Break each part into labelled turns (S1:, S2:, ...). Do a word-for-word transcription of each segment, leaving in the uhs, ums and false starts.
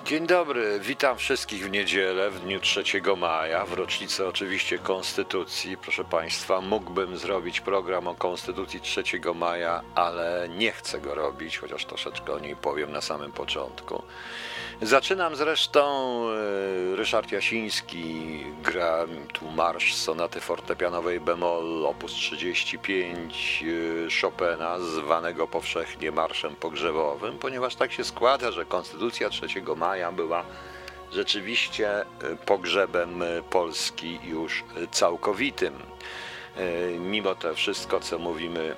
S1: Dzień dobry, witam wszystkich w niedzielę, w dniu trzeciego maja, w rocznicę oczywiście Konstytucji. Proszę Państwa, mógłbym zrobić program o Konstytucji trzeciego maja, ale nie chcę go robić, chociaż troszeczkę o niej powiem na samym początku. Zaczynam zresztą, Ryszard Jasiński gra tu marsz sonaty fortepianowej bemol op. trzydzieści pięć Chopina, zwanego powszechnie marszem pogrzebowym, ponieważ tak się składa, że Konstytucja trzeciego maja była rzeczywiście pogrzebem Polski już całkowitym. Mimo to wszystko, co mówimy,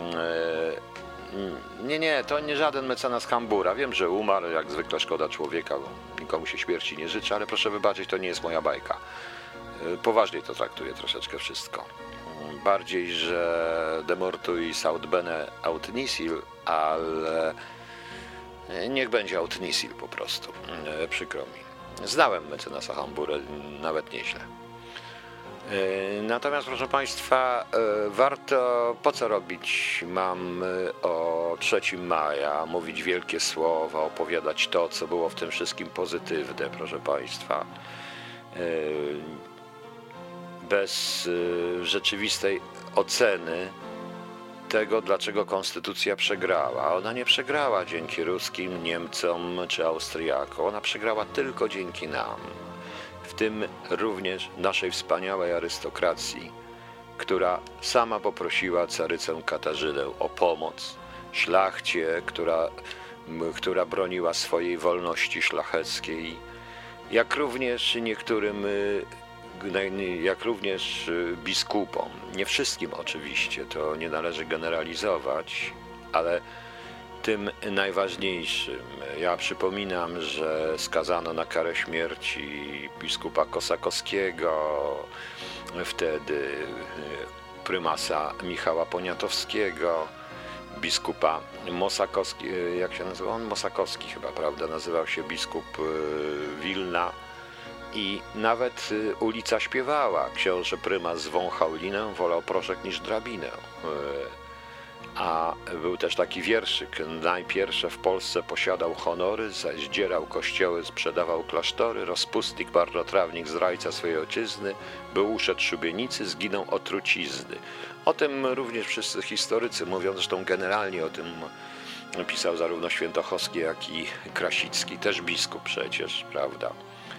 S1: nie, nie, to nie żaden mecenas Hambura. Wiem, że umarł, jak zwykle szkoda człowieka, bo nikomu się śmierci nie życzy, ale proszę wybaczyć, to nie jest moja bajka. Poważniej to traktuję troszeczkę wszystko. Bardziej, że de mortuis aut bene aut nihil, ale niech będzie aut nihil po prostu. Przykro mi. Znałem mecenasa Hamburę nawet nieźle. Natomiast, proszę Państwa, warto, po co robić mam o trzeciego maja, mówić wielkie słowa, opowiadać to, co było w tym wszystkim pozytywne, proszę Państwa, bez rzeczywistej oceny tego, dlaczego Konstytucja przegrała. Ona nie przegrała dzięki ruskim, Niemcom czy Austriakom, ona przegrała tylko dzięki nam. W tym również naszej wspaniałej arystokracji, która sama poprosiła carycę Katarzynę o pomoc, szlachcie, która, która broniła swojej wolności szlacheckiej, jak również niektórym, jak również biskupom. Nie wszystkim oczywiście, to nie należy generalizować, ale tym najważniejszym. Ja przypominam, że skazano na karę śmierci biskupa Kosakowskiego, wtedy prymasa Michała Poniatowskiego, biskupa Mosakowski, jak się nazywał on? Mosakowski chyba, prawda? Nazywał się biskup Wilna i nawet ulica śpiewała. Książę prymas zwąchał linę, wolał proszek niż drabinę. A był też taki wierszyk: najpierwsze w Polsce posiadał honory, zaś dzierał kościoły, sprzedawał klasztory, rozpustnik, marnotrawnik, zdrajca swojej ojczyzny, był uszedł szubienicy, zginął od trucizny. O tym również wszyscy historycy mówią, zresztą generalnie o tym pisał zarówno Świętochowski, jak i Krasicki, też biskup przecież, prawda.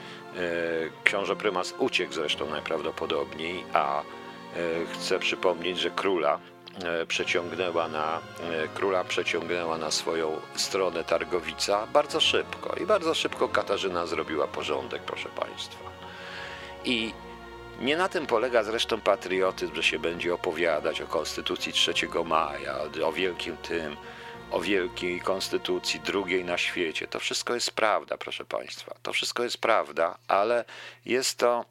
S1: Książę prymas uciekł zresztą najprawdopodobniej, a chcę przypomnieć, że króla przeciągnęła na, króla przeciągnęła na swoją stronę Targowica bardzo szybko i bardzo szybko Katarzyna zrobiła porządek, proszę Państwa. I nie na tym polega zresztą patriotyzm, że się będzie opowiadać o Konstytucji trzeciego maja, o wielkim tym, o wielkiej Konstytucji, drugiej na świecie. To wszystko jest prawda, proszę Państwa. To wszystko jest prawda, ale jest to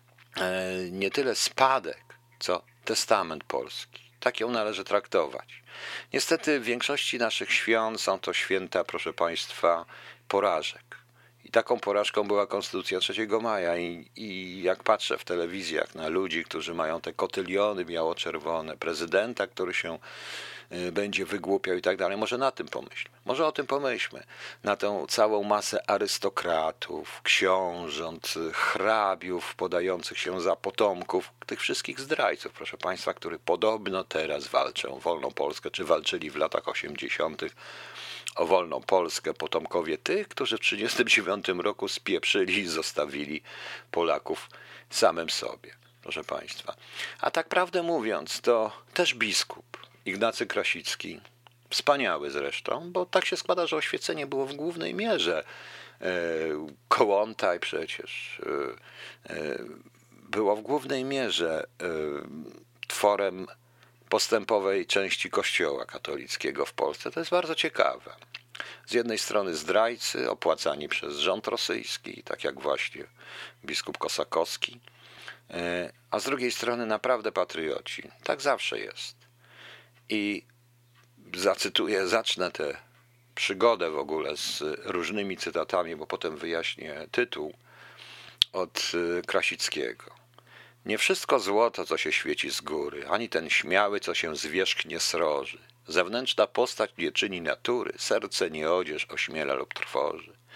S1: nie tyle spadek, co testament polski. Tak ją należy traktować. Niestety w większości naszych świąt są to święta, proszę Państwa, porażek. I taką porażką była Konstytucja trzeciego maja. I, I jak patrzę w telewizjach na ludzi, którzy mają te kotyliony biało-czerwone, prezydenta, który się będzie wygłupiał i tak dalej, może na tym pomyślmy. Może o tym pomyślmy. Na tą całą masę arystokratów, książąt, hrabiów podających się za potomków, tych wszystkich zdrajców, proszę Państwa, którzy podobno teraz walczą o wolną Polskę, czy walczyli w latach osiemdziesiątych o wolną Polskę, potomkowie tych, którzy w tysiąc dziewięćset trzydziestym dziewiątym roku spieprzyli i zostawili Polaków samym sobie, proszę Państwa. A tak prawdę mówiąc, to też biskup Ignacy Krasicki, wspaniały zresztą, bo tak się składa, że oświecenie było w głównej mierze, Kołłątaj przecież, było w głównej mierze tworem postępowej części Kościoła katolickiego w Polsce. To jest bardzo ciekawe. Z jednej strony zdrajcy opłacani przez rząd rosyjski, tak jak właśnie biskup Kosakowski, a z drugiej strony naprawdę patrioci. Tak zawsze jest. I zacytuję, zacznę tę przygodę w ogóle z różnymi cytatami, bo potem wyjaśnię tytuł, od Krasickiego. Nie wszystko złoto, co się świeci z góry, ani ten śmiały, co się zwierzchnie sroży. Zewnętrzna postać nie czyni natury, serce nie odzież ośmiela lub trwoży.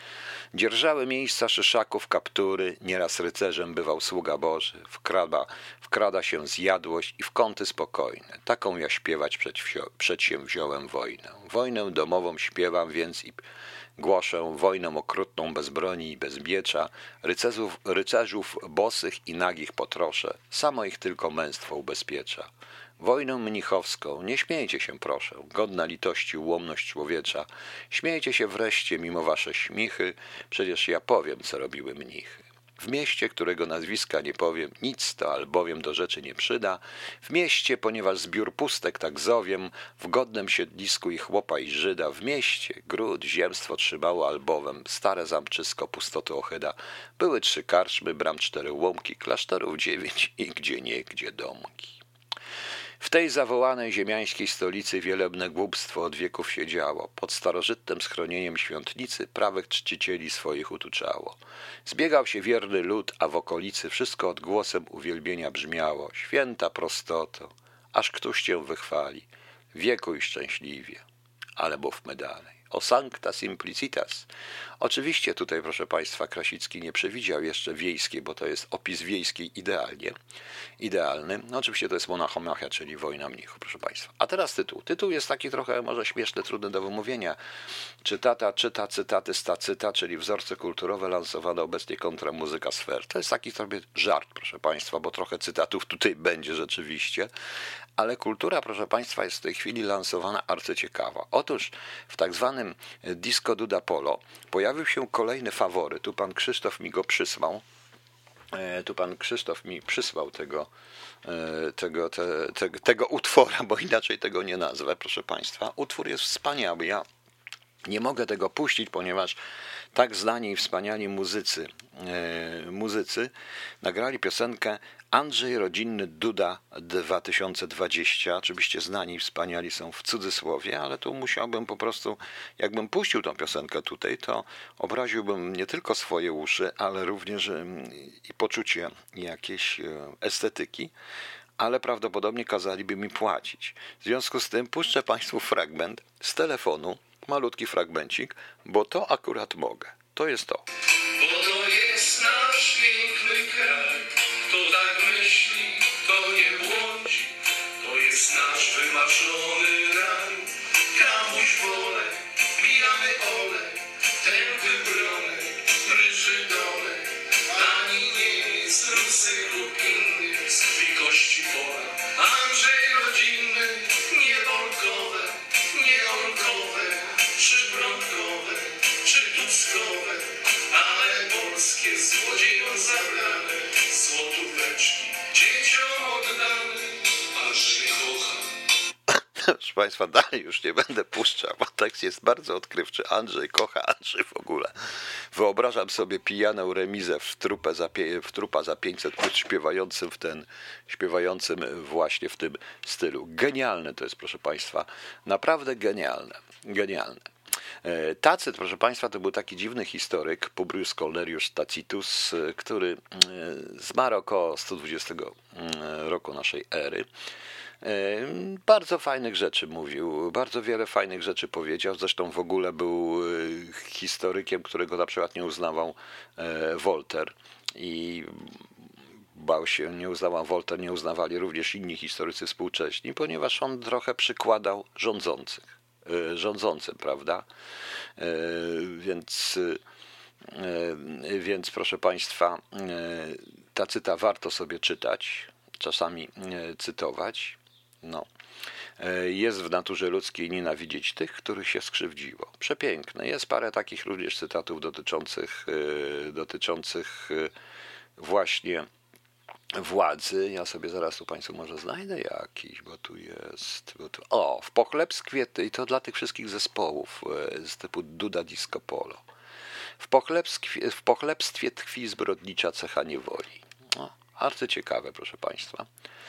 S1: Dzierżały miejsca szyszaków, kaptury, nieraz rycerzem bywał sługa Boży, wkrada, wkrada się zjadłość i w kąty spokojne. Taką ja śpiewać przed, wsio, przed się wziąłem wojnę. Wojnę domową śpiewam więc i głoszę, wojnę okrutną bez broni i bez miecza, rycerzów, rycerzów bosych i nagich potroszę, samo ich tylko męstwo ubezpiecza. Wojnę mnichowską, nie śmiejcie się proszę, godna litości ułomność człowiecza, śmiejcie się wreszcie mimo wasze śmichy, przecież ja powiem, co robiły mnichy. W mieście, którego nazwiska nie powiem, nic to albowiem do rzeczy nie przyda, w mieście, ponieważ zbiór pustek tak zowiem, w godnem siedlisku i chłopa i Żyda, w mieście, gród, ziemstwo trzymało albowiem, stare zamczysko pustoty ochyda, były trzy karczmy, bram cztery łomki, klasztorów dziewięć i gdzie nie, gdzie domki. W tej zawołanej ziemiańskiej stolicy wielebne głupstwo od wieków siedziało. Pod starożytnym schronieniem świątnicy prawych czcicieli swoich utuczało. Zbiegał się wierny lud, a w okolicy wszystko odgłosem uwielbienia brzmiało. Święta prostoto, aż któż cię wychwali. Wiekuj szczęśliwie. Ale mówmy dalej. O sancta simplicitas. Oczywiście tutaj, proszę Państwa, Krasicki nie przewidział jeszcze wiejskiej, bo to jest opis wiejskiej idealnie, idealny. No oczywiście to jest monachomachia, czyli wojna mnichów, proszę Państwa. A teraz tytuł. Tytuł jest taki trochę może śmieszny, trudny do wymówienia. Czytata, czyta, cytaty, stacyta, czyli wzorce kulturowe lansowane obecnie kontra muzyka sfer. To jest taki sobie żart, proszę Państwa, bo trochę cytatów tutaj będzie rzeczywiście, ale kultura, proszę Państwa, jest w tej chwili lansowana arcyciekawa. Otóż w tak zwanym Disco Duda Polo pojawił się kolejny faworyt. Tu pan Krzysztof mi go przysłał. Tu pan Krzysztof mi przysłał tego, tego, te, te, tego utwora, bo inaczej tego nie nazwę, proszę Państwa. Utwór jest wspaniały. Ja nie mogę tego puścić, ponieważ tak znani i wspaniali muzycy, e, muzycy nagrali piosenkę Andrzej Rodzinny Duda dwa tysiące dwadzieścia. Oczywiście znani i wspaniali są w cudzysłowie, ale tu musiałbym po prostu, jakbym puścił tą piosenkę tutaj, to obraziłbym nie tylko swoje uszy, ale również i poczucie jakiejś estetyki, ale prawdopodobnie kazaliby mi płacić. W związku z tym puszczę Państwu fragment z telefonu, malutki fragmencik, bo to akurat mogę. To jest to.
S2: Bo to jest nasz piękny kraj, kto tak myśli, to nie błądzi. To jest nasz wymarzony raj, kamuś wolę, pijamy olej, tępy bronek, ryży dole, ani Niemiec, Rusy lub innych z krwi kości pola. Andrzej rodzinny, nie bolkowe, nie orkowe, czy bronkowe, czy tuskowe, ale polskie złodziejom zabrane, złotóweczki dzieciom oddane, aż je kocha.
S1: Proszę Państwa, dalej już nie będę puszczał, bo tekst jest bardzo odkrywczy. Andrzej kocha, Andrzej w ogóle. Wyobrażam sobie pijaną remizę w, trupę za, w trupa za pięćset płyt śpiewającym w ten, śpiewającym właśnie w tym stylu. Genialne to jest, proszę Państwa, naprawdę genialne, genialne. Tacyt, proszę Państwa, to był taki dziwny historyk, Publius Cornelius Tacitus, który zmarł około sto dwudziestego roku naszej ery. Bardzo fajnych rzeczy mówił, bardzo wiele fajnych rzeczy powiedział, zresztą w ogóle był historykiem, którego na przykład nie uznawał Voltaire i bał się, nie uznała Voltaire, nie uznawali również inni historycy współcześni, ponieważ on trochę przykładał rządzących, rządzącym, prawda? Więc, więc proszę Państwa, Tacyta warto sobie czytać, czasami cytować. No. Jest w naturze ludzkiej nienawidzieć tych, których się skrzywdziło. Przepiękne. Jest parę takich również cytatów dotyczących, dotyczących właśnie władzy. Ja sobie zaraz tu Państwu może znajdę jakiś, bo tu jest. Bo tu, o, w pochlebstwie, i to dla tych wszystkich zespołów z typu Duda Disco Polo. W pochlebstwie, w pochlebstwie tkwi zbrodnicza cecha niewoli. No, arcyciekawe, proszę Państwa.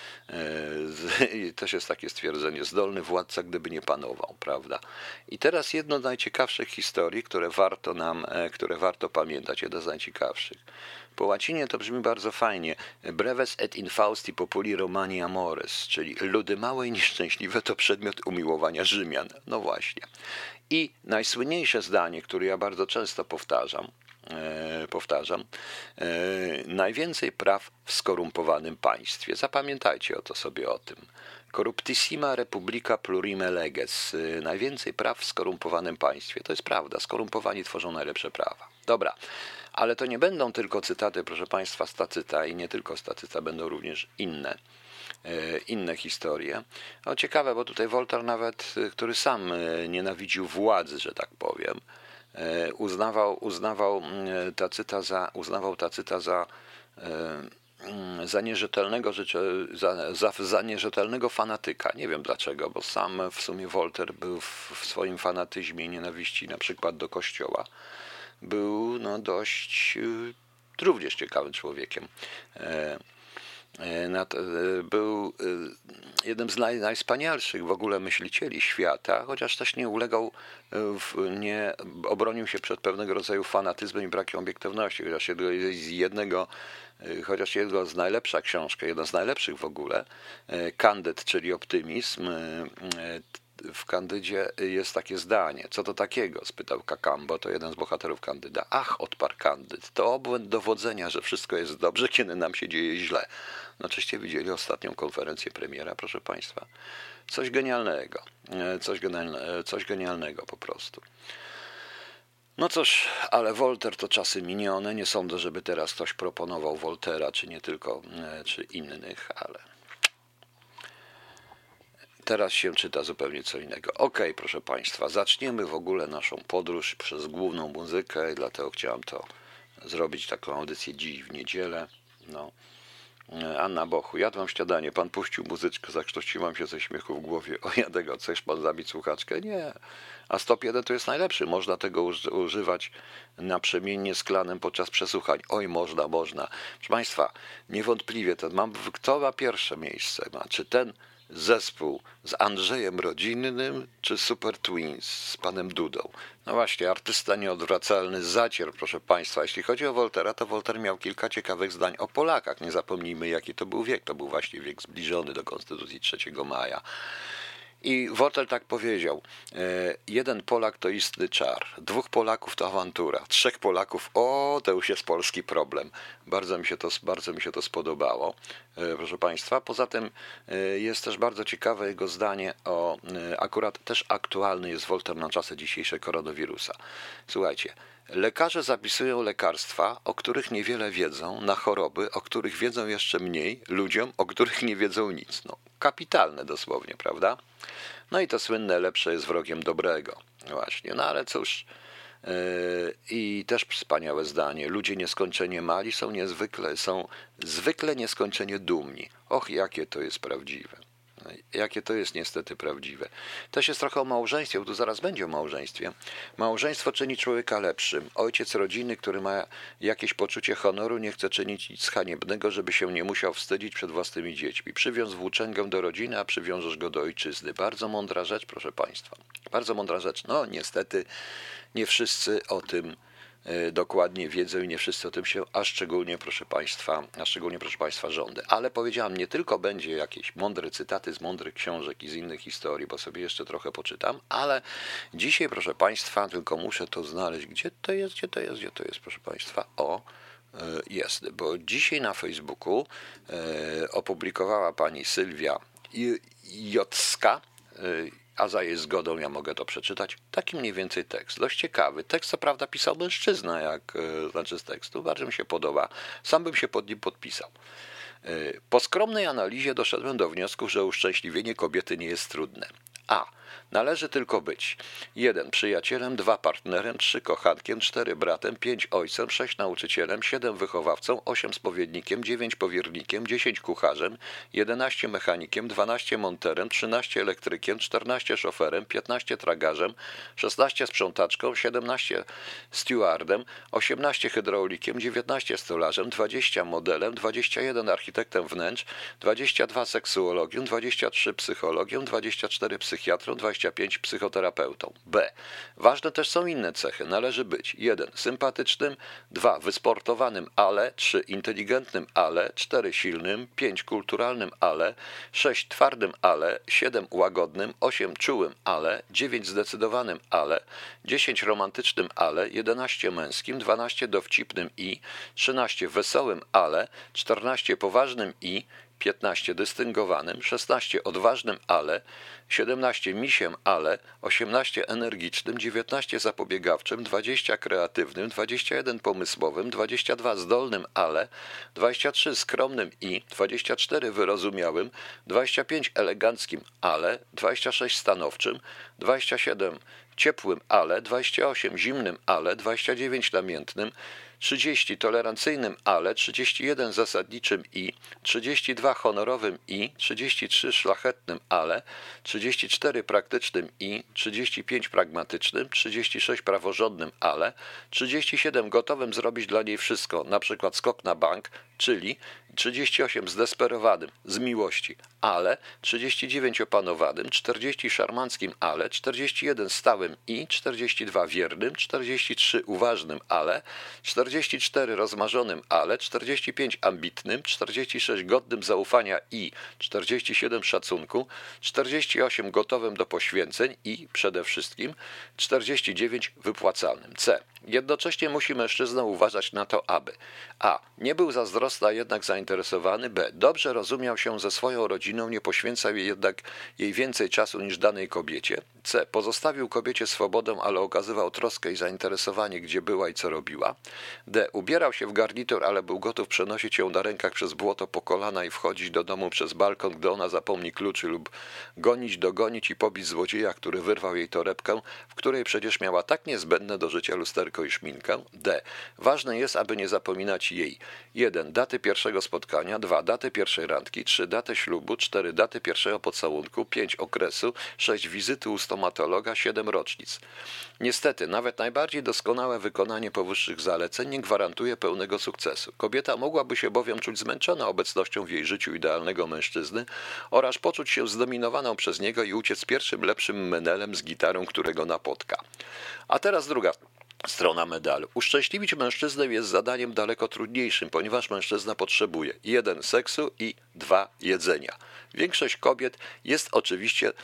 S1: Też jest takie stwierdzenie, zdolny władca, gdyby nie panował, prawda? I teraz jedno z najciekawszych historii, które warto nam, które warto pamiętać, jedna z najciekawszych. Po łacinie to brzmi bardzo fajnie. Breves et infausti populi Romani amores, czyli ludy małe i nieszczęśliwe to przedmiot umiłowania Rzymian. No właśnie. I najsłynniejsze zdanie, które ja bardzo często powtarzam, e, powtarzam, e, najwięcej praw w skorumpowanym państwie. Zapamiętajcie o to sobie o tym. Corruptissima Republica plurime leges. E, najwięcej praw w skorumpowanym państwie. To jest prawda. Skorumpowani tworzą najlepsze prawa. Dobra. Ale to nie będą tylko cytaty, proszę Państwa, z Tacyta i nie tylko z Tacyta, będą również inne, inne historie. No ciekawe, bo tutaj Voltaire nawet, który sam nienawidził władzy, że tak powiem, uznawał, uznawał Tacyta za, uznawał Tacyta za, za nierzetelnego, za, za, za nierzetelnego fanatyka. Nie wiem dlaczego, bo sam w sumie Voltaire był w, w swoim fanatyzmie i nienawiści na przykład do Kościoła. Był no, dość y, również ciekawym człowiekiem. E, e, nad, e, był e, jednym z naj, najwspanialszych w ogóle myślicieli świata, chociaż też nie ulegał, e, w, nie obronił się przed pewnego rodzaju fanatyzmem i brakiem obiektywności, chociaż z jednego, e, chociaż jego z najlepsza książka, jedna z najlepszych w ogóle, e, Candid, czyli Optymizm, e, e, w Kandydzie jest takie zdanie. Co to takiego? Spytał Kakambo, to jeden z bohaterów Kandyda. Ach, odparł Kandyd, to obłęd dowodzenia, że wszystko jest dobrze, kiedy nam się dzieje źle. No, czyście widzieli ostatnią konferencję premiera, proszę Państwa. Coś genialnego. Coś genialnego, coś genialnego po prostu. No cóż, ale Voltaire to czasy minione. Nie sądzę, żeby teraz ktoś proponował Voltaira, czy nie tylko, czy innych, ale... Teraz się czyta zupełnie co innego. Ok, proszę Państwa, zaczniemy w ogóle naszą podróż przez główną muzykę i dlatego chciałem to zrobić, taką audycję dziś w niedzielę. No. Anna Bochu, jadłam śniadanie, pan puścił muzyczkę, zakształciłam się ze śmiechu w głowie. O Jadego, chcesz pan zabić słuchaczkę? Nie. A stop jeden to jest najlepszy. Można tego używać naprzemiennie z klanem podczas przesłuchań. Oj, można, można. Proszę Państwa, niewątpliwie ten mam, kto ma pierwsze miejsce? Ma, czy ten zespół z Andrzejem Rodzinnym, czy Super Twins z panem Dudą? No właśnie, artysta nieodwracalny, zacier, proszę Państwa. Jeśli chodzi o Voltaira, to Voltaire miał kilka ciekawych zdań o Polakach. Nie zapomnijmy, jaki to był wiek. To był właśnie wiek zbliżony do Konstytucji trzeciego maja. I Voltaire tak powiedział, jeden Polak to istny czar, dwóch Polaków to awantura, trzech Polaków, o, to już jest polski problem. Bardzo mi się to, bardzo mi się to spodobało, proszę Państwa. Poza tym jest też bardzo ciekawe jego zdanie o, akurat też aktualny jest Voltaire na czasy dzisiejsze koronawirusa. Słuchajcie, lekarze zapisują lekarstwa, o których niewiele wiedzą, na choroby, o których wiedzą jeszcze mniej, ludziom, o których nie wiedzą nic. No, kapitalne dosłownie, prawda? No i to słynne lepsze jest wrogiem dobrego. Właśnie, no ale cóż. Yy, I też wspaniałe zdanie. Ludzie nieskończenie mali są niezwykle, są zwykle nieskończenie dumni. Och, jakie to jest prawdziwe. Jakie to jest niestety prawdziwe. Też jest trochę o małżeństwie, bo tu zaraz będzie o małżeństwie. Małżeństwo czyni człowieka lepszym. Ojciec rodziny, który ma jakieś poczucie honoru, nie chce czynić nic haniebnego, żeby się nie musiał wstydzić przed własnymi dziećmi. Przywiąż włóczęgę do rodziny, a przywiążesz go do ojczyzny. Bardzo mądra rzecz, proszę Państwa. Bardzo mądra rzecz. No niestety nie wszyscy o tym dokładnie wiedzą i nie wszyscy o tym się, a szczególnie proszę Państwa, a szczególnie proszę Państwa rządy. Ale powiedziałam, nie tylko będzie jakieś mądre cytaty z mądrych książek i z innych historii, bo sobie jeszcze trochę poczytam, ale dzisiaj proszę Państwa, tylko muszę to znaleźć, gdzie to jest, gdzie to jest, gdzie to jest, proszę Państwa, o, jest, bo dzisiaj na Facebooku opublikowała pani Sylwia Jocka, a za jej zgodą ja mogę to przeczytać. Taki mniej więcej tekst. Dość ciekawy. Tekst co prawda pisał mężczyzna, jak e, znaczy z tekstu. Bardzo mi się podoba. Sam bym się pod nim podpisał. E, po skromnej analizie doszedłem do wniosku, że uszczęśliwienie kobiety nie jest trudne. A. Należy tylko być jeden przyjacielem, dwa partnerem, trzy kochankiem, cztery bratem, pięć ojcem, sześć nauczycielem, siedem wychowawcą, osiem spowiednikiem, dziewięć powiernikiem, dziesięć kucharzem, jedenaście mechanikiem, dwanaście monterem, trzynaście elektrykiem, czternaście szoferem, piętnaście tragarzem, szesnaście sprzątaczką, siedemnaście stewardem, osiemnaście hydraulikiem, dziewiętnaście stolarzem, dwadzieścia modelem, dwadzieścia jeden architektem wnętrz, dwadzieścia dwa seksuologiem, dwadzieścia trzy psychologiem, dwadzieścia cztery psychiatrą, dwadzieścia pięć psychoterapeutą. B. Ważne też są inne cechy. Należy być jeden. Sympatycznym, dwa. Wysportowanym, ale, trzy. Inteligentnym, ale, cztery. Silnym, pięć. Kulturalnym, ale, sześć. Twardym, ale, siedem. Łagodnym, osiem. Czułym, ale, dziewięć. Zdecydowanym, ale, dziesięć. Romantycznym, ale, jedenaście. Męskim, dwanaście. Dowcipnym i, trzynaście. Wesołym, ale, czternaście. Poważnym i, piętnaście. Dystyngowanym, szesnaście. Odważnym, ale, siedemnaście. Misiem, ale, osiemnaście. Energicznym, dziewiętnaście. Zapobiegawczym, dwadzieścia. Kreatywnym, dwadzieścia jeden. Pomysłowym, dwadzieścia dwa. Zdolnym, ale, dwadzieścia trzy. Skromnym i, dwadzieścia cztery. Wyrozumiałym, dwadzieścia pięć. Eleganckim, ale, dwadzieścia sześć. Stanowczym, dwadzieścia siedem. Ciepłym, ale, dwadzieścia osiem. Zimnym, ale, dwadzieścia dziewięć. Namiętnym, trzydzieści. Tolerancyjnym, ale, trzydzieści jeden. Zasadniczym i, trzydzieści dwa. Honorowym i, trzydzieści trzy. Szlachetnym, ale, trzydzieści cztery. Praktycznym i, trzydzieści pięć. Pragmatycznym, trzydzieści sześć. Praworządnym, ale, trzydzieści siedem. Gotowym zrobić dla niej wszystko, na przykład skok na bank, czyli trzydzieści osiem. Zdesperowanym, z miłości, ale, trzydzieści dziewięć. Opanowanym, czterdzieści. Szarmanckim, ale, czterdzieści jeden. Stałym i, czterdzieści dwa. Wiernym, czterdzieści trzy. Uważnym, ale, czterdzieści cztery. Rozmarzonym, ale, czterdzieści pięć. Ambitnym, czterdzieści sześć. Godnym zaufania i, czterdzieści siedem. Szacunku, czterdzieści osiem. Gotowym do poświęceń i, przede wszystkim, czterdzieści dziewięć. Wypłacalnym. C. Jednocześnie musi mężczyzna uważać na to, aby a. nie był zazdrosny, a jednak zainteresowany, b. dobrze rozumiał się ze swoją rodziną, nie poświęcał jej jednak jej więcej czasu niż danej kobiecie, c. pozostawił kobiecie swobodę, ale okazywał troskę i zainteresowanie, gdzie była i co robiła, d. ubierał się w garnitur, ale był gotów przenosić ją na rękach przez błoto po kolana i wchodzić do domu przez balkon, gdy ona zapomni kluczy, lub gonić, dogonić i pobić złodzieja, który wyrwał jej torebkę, w której przecież miała tak niezbędne do życia lusterko i szminkę. D. Ważne jest, aby nie zapominać jej jeden. Daty pierwszego spotkania, dwa. Daty pierwszej randki, trzy. Daty ślubu, cztery. Daty pierwszego pocałunku, pięć. Okresu, sześć. Wizyty u stomatologa, siedem. Rocznic. Niestety, nawet najbardziej doskonałe wykonanie powyższych zaleceń nie gwarantuje pełnego sukcesu. Kobieta mogłaby się bowiem czuć zmęczona obecnością w jej życiu idealnego mężczyzny oraz poczuć się zdominowaną przez niego i uciec pierwszym lepszym menelem z gitarą, którego napotka. A teraz druga strona medalu. Uszczęśliwić mężczyznę jest zadaniem daleko trudniejszym, ponieważ mężczyzna potrzebuje jeden. Seksu i dwa. Jedzenia. Większość kobiet jest oczywiście,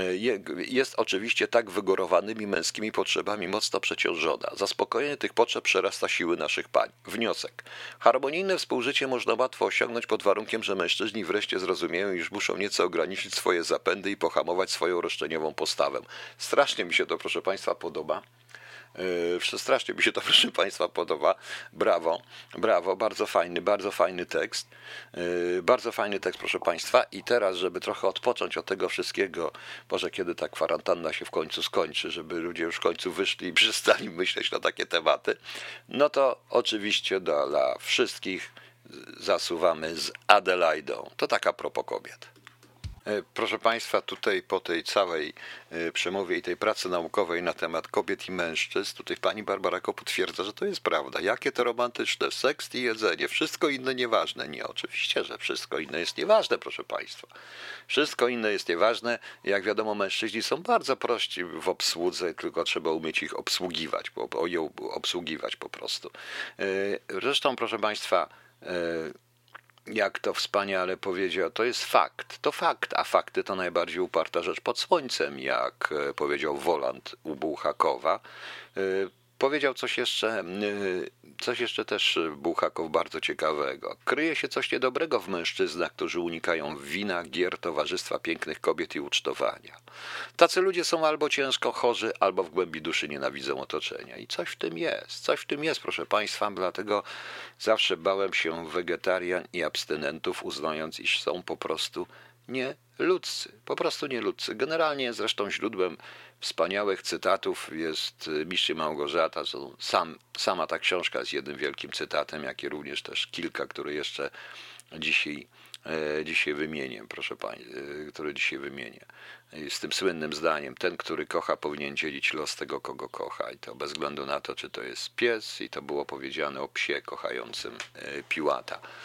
S1: jest oczywiście tak wygórowanymi męskimi potrzebami mocno przeciążona. Zaspokojenie tych potrzeb przerasta siły naszych pań. Wniosek. Harmonijne współżycie można łatwo osiągnąć pod warunkiem, że mężczyźni wreszcie zrozumieją, iż muszą nieco ograniczyć swoje zapędy i pohamować swoją roszczeniową postawę. Strasznie mi się to, proszę Państwa, podoba. Yy, strasznie mi się to, proszę Państwa, podoba. Brawo, brawo, bardzo fajny, bardzo fajny tekst. Yy, bardzo fajny tekst, proszę Państwa. I teraz, żeby trochę odpocząć od tego wszystkiego, Boże, kiedy ta kwarantanna się w końcu skończy, żeby ludzie już w końcu wyszli i przestali myśleć na takie tematy, no to oczywiście dla wszystkich zasuwamy z Adelaidą. To taka propos kobiet. Proszę Państwa, tutaj po tej całej przemowie i tej pracy naukowej na temat kobiet i mężczyzn, tutaj pani Barbara Koput twierdza, że to jest prawda. Jakie to romantyczne, seks i jedzenie, wszystko inne nieważne. Nie, oczywiście, że wszystko inne jest nieważne, proszę Państwa. Wszystko inne jest nieważne. Jak wiadomo, mężczyźni są bardzo prości w obsłudze, tylko trzeba umieć ich obsługiwać, o ją obsługiwać po prostu. Zresztą, proszę Państwa, jak to wspaniale powiedział, to jest fakt, to fakt, a fakty to najbardziej uparta rzecz pod słońcem, jak powiedział Woland u Bułhakowa. Powiedział coś jeszcze, coś jeszcze też Bułhakow bardzo ciekawego. Kryje się coś niedobrego w mężczyznach, którzy unikają wina, gier, towarzystwa pięknych kobiet i ucztowania. Tacy ludzie są albo ciężko chorzy, albo w głębi duszy nienawidzą otoczenia. I coś w tym jest, coś w tym jest, proszę Państwa, dlatego zawsze bałem się wegetarian i abstynentów, uznając, iż są po prostu nie ludzcy, po prostu nie ludzcy. Generalnie zresztą źródłem wspaniałych cytatów jest Mistrz i Małgorzata. Sam, sama ta książka jest jednym wielkim cytatem, jak i również też kilka, które jeszcze dzisiaj, e, dzisiaj wymienię, proszę Pani, e, które dzisiaj wymienię. Z tym słynnym zdaniem, ten, który kocha, powinien dzielić los tego, kogo kocha. I to bez względu na to, czy to jest pies, i to było powiedziane o psie kochającym e, Piłata.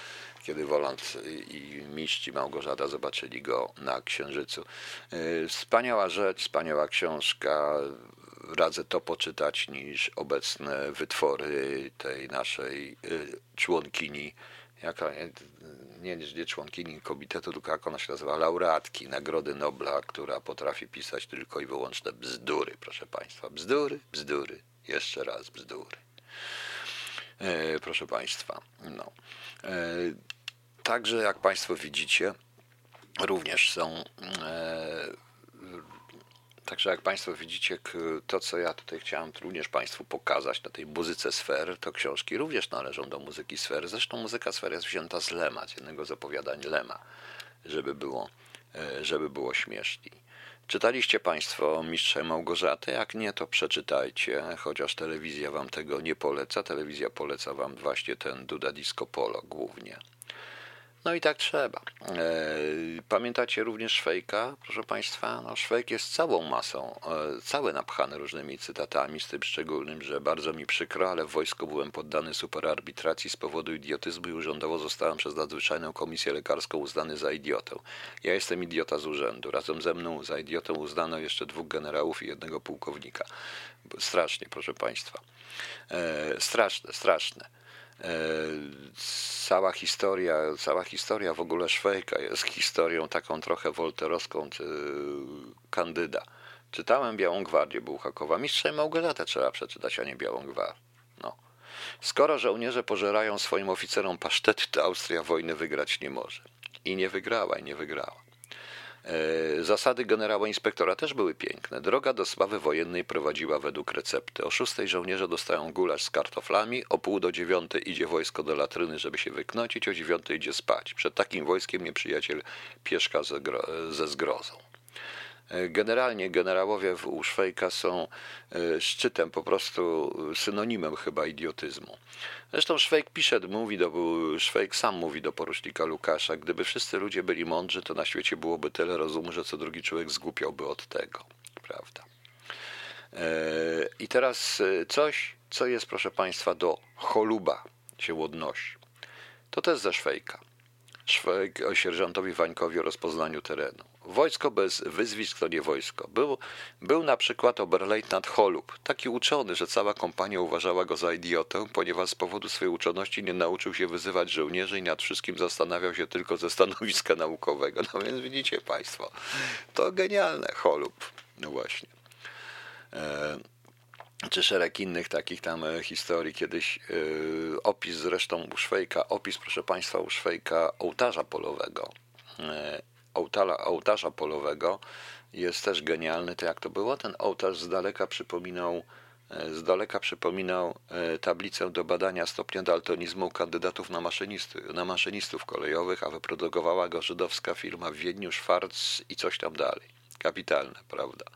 S1: kiedy Woland i mistrz i Małgorzata zobaczyli go na Księżycu. Wspaniała rzecz, wspaniała książka. Radzę to poczytać niż obecne wytwory tej naszej członkini, jaka, nie, nie członkini komitetu, tylko jak ona się nazywa, laureatki Nagrody Nobla, która potrafi pisać tylko i wyłączne bzdury, proszę Państwa. Bzdury, bzdury, jeszcze raz bzdury. E, proszę Państwa, no. E, także jak Państwo widzicie, również są e, Także jak Państwo widzicie, to co ja tutaj chciałem również Państwu pokazać na tej muzyce sfer, to książki również należą do muzyki sfer. Zresztą muzyka sfer jest wzięta z Lema, z jednego z opowiadań Lema, żeby było, żeby było śmieszniej. Czytaliście Państwo Mistrza i Małgorzatę? Jak nie, to przeczytajcie, chociaż telewizja Wam tego nie poleca. Telewizja poleca Wam właśnie ten Duda Disco Polo głównie. No i tak trzeba. Pamiętacie również Szwejka, proszę Państwa? No, Szwejk jest całą masą, cały napchany różnymi cytatami, z tym szczególnym, że bardzo mi przykro, ale w wojsku byłem poddany superarbitracji z powodu idiotyzmu i urzędowo zostałem przez nadzwyczajną komisję lekarską uznany za idiotę. Ja jestem idiota z urzędu. Razem ze mną za idiotę uznano jeszcze dwóch generałów i jednego pułkownika. Strasznie, proszę Państwa. Straszne, straszne. Cała historia, cała historia w ogóle Szwejka jest historią taką trochę wolterowską, Kandyda. Czytałem Białą Gwardię Bułhakowa. Mistrza i Małgorzatę trzeba przeczytać, a nie Białą Gwardię. No. Skoro żołnierze pożerają swoim oficerom pasztety, to Austria wojny wygrać nie może. I nie wygrała, i nie wygrała. Zasady generała inspektora też były piękne. Droga do sławy wojennej prowadziła według recepty. O szóstej żołnierze dostają gulasz z kartoflami, o pół do dziewiątej idzie wojsko do latryny, żeby się wyknocić, o dziewiątej idzie spać. Przed takim wojskiem nieprzyjaciel pieszka ze, gro- ze zgrozą. Generalnie generałowie u Szwejka są szczytem, po prostu synonimem chyba idiotyzmu. Zresztą Szwejk pisze, mówi do, Szwejk sam mówi do porucznika Lukasza, gdyby wszyscy ludzie byli mądrzy, to na świecie byłoby tyle rozumu, że co drugi człowiek zgłupiałby od tego. Prawda? I teraz coś, co jest, proszę Państwa, do choluba się odnosi. To też ze Szwejka. Szwejk o sierżantowi Wańkowi o rozpoznaniu terenu. Wojsko bez wyzwisk to nie wojsko. Był, był na przykład oberleutnant Holub, taki uczony, że cała kompania uważała go za idiotę, ponieważ z powodu swojej uczoności nie nauczył się wyzywać żołnierzy i nad wszystkim zastanawiał się tylko ze stanowiska naukowego. No więc widzicie Państwo, to genialne, Holub. No właśnie. E czy szereg innych takich tam historii. Kiedyś yy, opis zresztą u Szwejka, opis proszę Państwa u Szwejka ołtarza polowego. Yy, ołtara, ołtarza polowego jest też genialny. To jak to było? Ten ołtarz z daleka przypominał, z daleka przypominał tablicę do badania stopnia daltonizmu kandydatów na, na maszynistów kolejowych, a wyprodukowała go żydowska firma w Wiedniu, Schwarz i coś tam dalej. Kapitalne, prawda?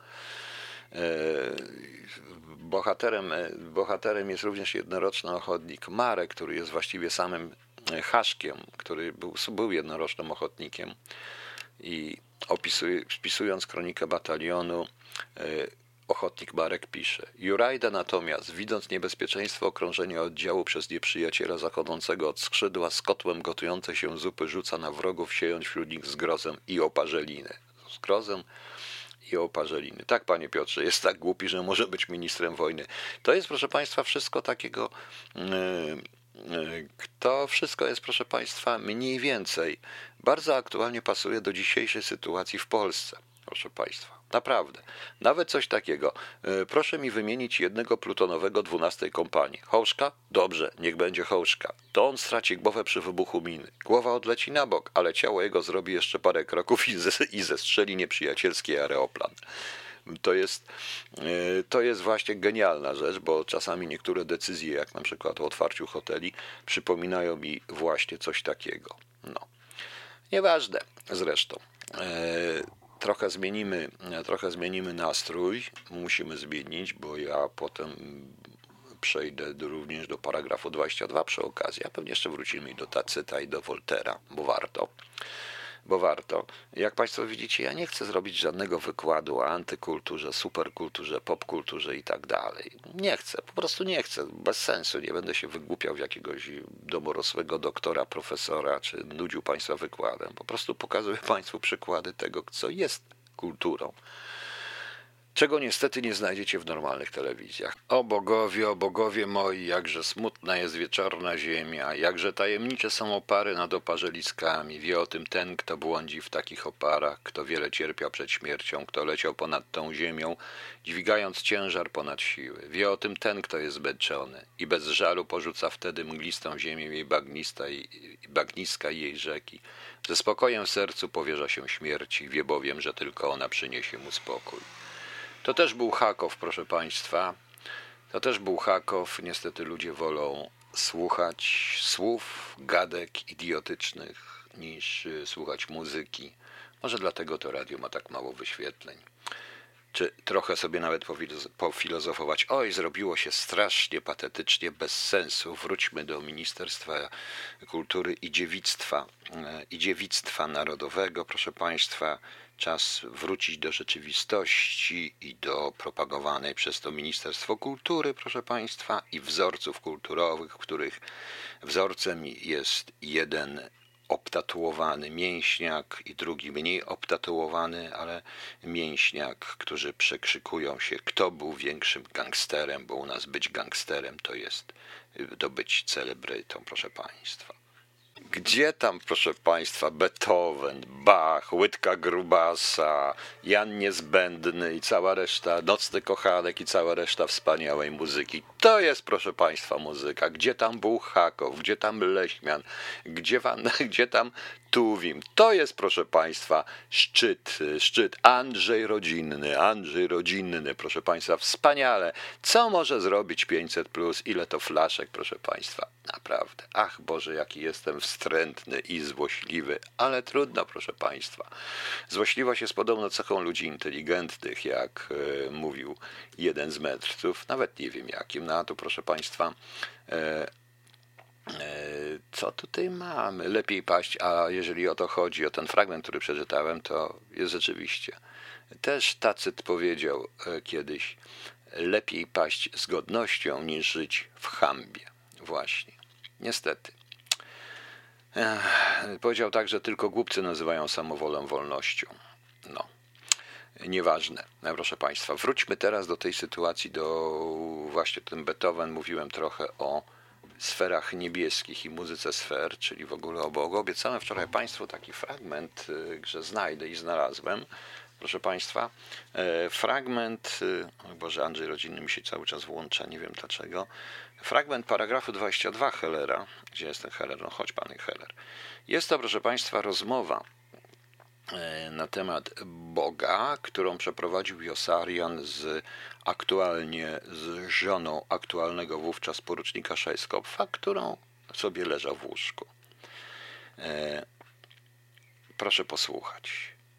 S1: Bohaterem, bohaterem jest również jednoroczny ochotnik Marek, który jest właściwie samym Haszkiem, który był, był jednorocznym ochotnikiem i opisuje, wpisując kronikę batalionu, ochotnik Marek pisze: Jurajda natomiast, widząc niebezpieczeństwo okrążenia oddziału przez nieprzyjaciela zachodzącego od skrzydła, z kotłem gotującej się zupy rzuca na wrogów, siejąc wśród nich zgrozę i oparzelinę. Zgrozę i oparzeliny. Tak, panie Piotrze, jest tak głupi, że może być ministrem wojny. To jest, proszę Państwa, wszystko takiego, to wszystko jest, proszę Państwa, mniej więcej bardzo aktualnie pasuje do dzisiejszej sytuacji w Polsce, proszę Państwa. Naprawdę. Nawet coś takiego. Proszę mi wymienić jednego plutonowego dwunastej kompanii. Hołszka? Dobrze, niech będzie Hołszka. To on straci głowę przy wybuchu miny. Głowa odleci na bok, ale ciało jego zrobi jeszcze parę kroków i, ze, i zestrzeli nieprzyjacielski aeroplan. To jest, to jest właśnie genialna rzecz, bo czasami niektóre decyzje, jak na przykład o otwarciu hoteli, przypominają mi właśnie coś takiego. No. Nieważne zresztą. Trochę zmienimy, trochę zmienimy nastrój, musimy zmienić, bo ja potem przejdę do, również do paragrafu dwudziestego drugiego przy okazji, a pewnie jeszcze wrócimy i do Tacyta i do Woltera, bo warto. bo warto. Jak Państwo widzicie, ja nie chcę zrobić żadnego wykładu o antykulturze, superkulturze, popkulturze i tak dalej. Nie chcę, po prostu nie chcę, bez sensu. Nie będę się wygłupiał w jakiegoś domorosłego doktora, profesora, czy nudził Państwa wykładem. Po prostu pokazuję Państwu przykłady tego, co jest kulturą, czego niestety nie znajdziecie w normalnych telewizjach. O bogowie, o bogowie moi, jakże smutna jest wieczorna ziemia, jakże tajemnicze są opary nad oparzeliskami. Wie o tym ten, kto błądzi w takich oparach, kto wiele cierpiał przed śmiercią, kto leciał ponad tą ziemią, dźwigając ciężar ponad siły. Wie o tym ten, kto jest zmęczony i bez żalu porzuca wtedy mglistą ziemię jej bagnista i, i bagniska i jej rzeki. Ze spokojem w sercu powierza się śmierci, wie bowiem, że tylko ona przyniesie mu spokój. To też był Hakow, proszę Państwa. To też był Hakow. Niestety ludzie wolą słuchać słów, gadek idiotycznych niż słuchać muzyki. Może dlatego to radio ma tak mało wyświetleń. Czy trochę sobie nawet pofilozofować. Oj, zrobiło się strasznie patetycznie, bez sensu. Wróćmy do Ministerstwa Kultury i Dziewictwa, i Dziewictwa Narodowego, proszę Państwa. Czas wrócić do rzeczywistości i do propagowanej przez to Ministerstwo Kultury, proszę Państwa, i wzorców kulturowych, w których wzorcem jest jeden obtatuowany mięśniak i drugi mniej obtatuowany, ale mięśniak, którzy przekrzykują się, kto był większym gangsterem, bo u nas być gangsterem to jest to być celebrytą, proszę Państwa. Gdzie tam, proszę Państwa, Beethoven, Bach, Łydka Grubasa, Jan Niezbędny i cała reszta, Nocny Kochanek i cała reszta wspaniałej muzyki. To jest, proszę Państwa, muzyka. Gdzie tam był Hakow, gdzie tam Leśmian, gdzie, pan, gdzie tam Tuwim. To jest, proszę Państwa, szczyt, szczyt. Andrzej Rodzinny, Andrzej Rodzinny, proszę Państwa, wspaniale. Co może zrobić pięćset plus? Ile to flaszek, proszę Państwa? Naprawdę. Ach Boże, jaki jestem wstrętny i złośliwy, ale trudno, proszę Państwa. Złośliwość jest podobno cechą ludzi inteligentnych, jak e, mówił jeden z mędrców, nawet nie wiem jakim. No a tu, proszę Państwa, e, co tutaj mamy? Lepiej paść, a jeżeli o to chodzi, o ten fragment, który przeczytałem, to jest rzeczywiście. Też Tacyt powiedział kiedyś, lepiej paść z godnością niż żyć w chambie. Właśnie. Niestety. Ech, powiedział tak, że tylko głupcy nazywają samowolę wolnością. No. Nieważne, proszę Państwa. Wróćmy teraz do tej sytuacji, do właśnie tym Beethoven. Mówiłem trochę o sferach niebieskich i muzyce sfer, czyli w ogóle o Bogu. Obiecałem wczoraj Państwu taki fragment, że znajdę i znalazłem. Proszę Państwa, fragment, o Boże, Andrzej Rodzinny mi się cały czas włącza, nie wiem dlaczego. Fragment paragrafu dwudziestego drugiego Hellera. Gdzie jest ten Heller? No chodź Pan Heller. Jest to, proszę Państwa, rozmowa na temat Boga, którą przeprowadził Josarian z aktualnie z żoną aktualnego wówczas porucznika Szajskopfa, którą sobie leżał w łóżku. E, proszę posłuchać.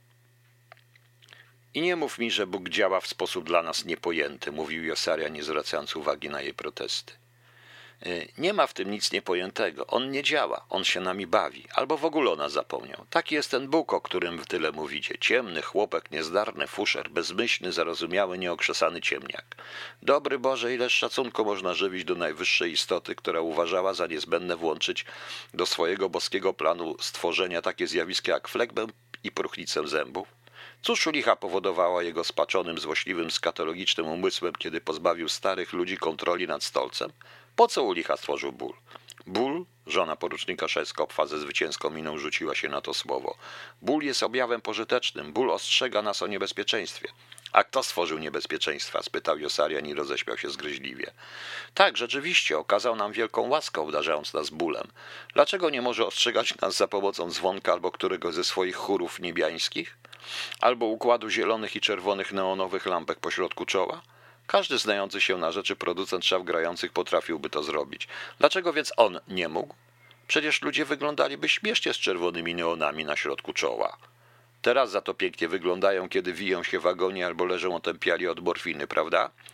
S1: I nie mów mi, że Bóg działa w sposób dla nas niepojęty, mówił Josarian, nie zwracając uwagi na jej protesty. Nie ma w tym nic niepojętego. On nie działa, on się nami bawi, albo w ogóle o nas zapomniał. Taki jest ten Bóg, o którym w tyle mówicie. Ciemny chłopek, niezdarny fuszer, bezmyślny, zarozumiały, nieokrzesany ciemniak. Dobry Boże, ileż szacunku można żywić do najwyższej istoty, która uważała za niezbędne włączyć do swojego boskiego planu stworzenia takie zjawiska jak flegmę i próchnicę zębów? Cóż u licha powodowała jego spaczonym, złośliwym, skatologicznym umysłem, kiedy pozbawił starych ludzi kontroli nad stolcem? Po co u licha stworzył ból? Ból? Żona porucznika Szajskopfa ze zwycięską miną rzuciła się na to słowo. Ból jest objawem pożytecznym. Ból ostrzega nas o niebezpieczeństwie. A kto stworzył niebezpieczeństwa? Spytał Josarian i roześmiał się zgryźliwie. Tak, rzeczywiście, okazał nam wielką łaskę, obdarzając nas bólem. Dlaczego nie może ostrzegać nas za pomocą dzwonka albo któregoś ze swoich chórów niebiańskich? Albo układu zielonych i czerwonych neonowych lampek pośrodku czoła? Każdy znający się na rzeczy producent szaf grających potrafiłby to zrobić. Dlaczego więc on nie mógł? Przecież ludzie wyglądaliby śmiesznie z czerwonymi neonami na środku czoła. Teraz za to pięknie wyglądają, kiedy wiją się w agonii albo leżą otępiali od morfiny, prawda?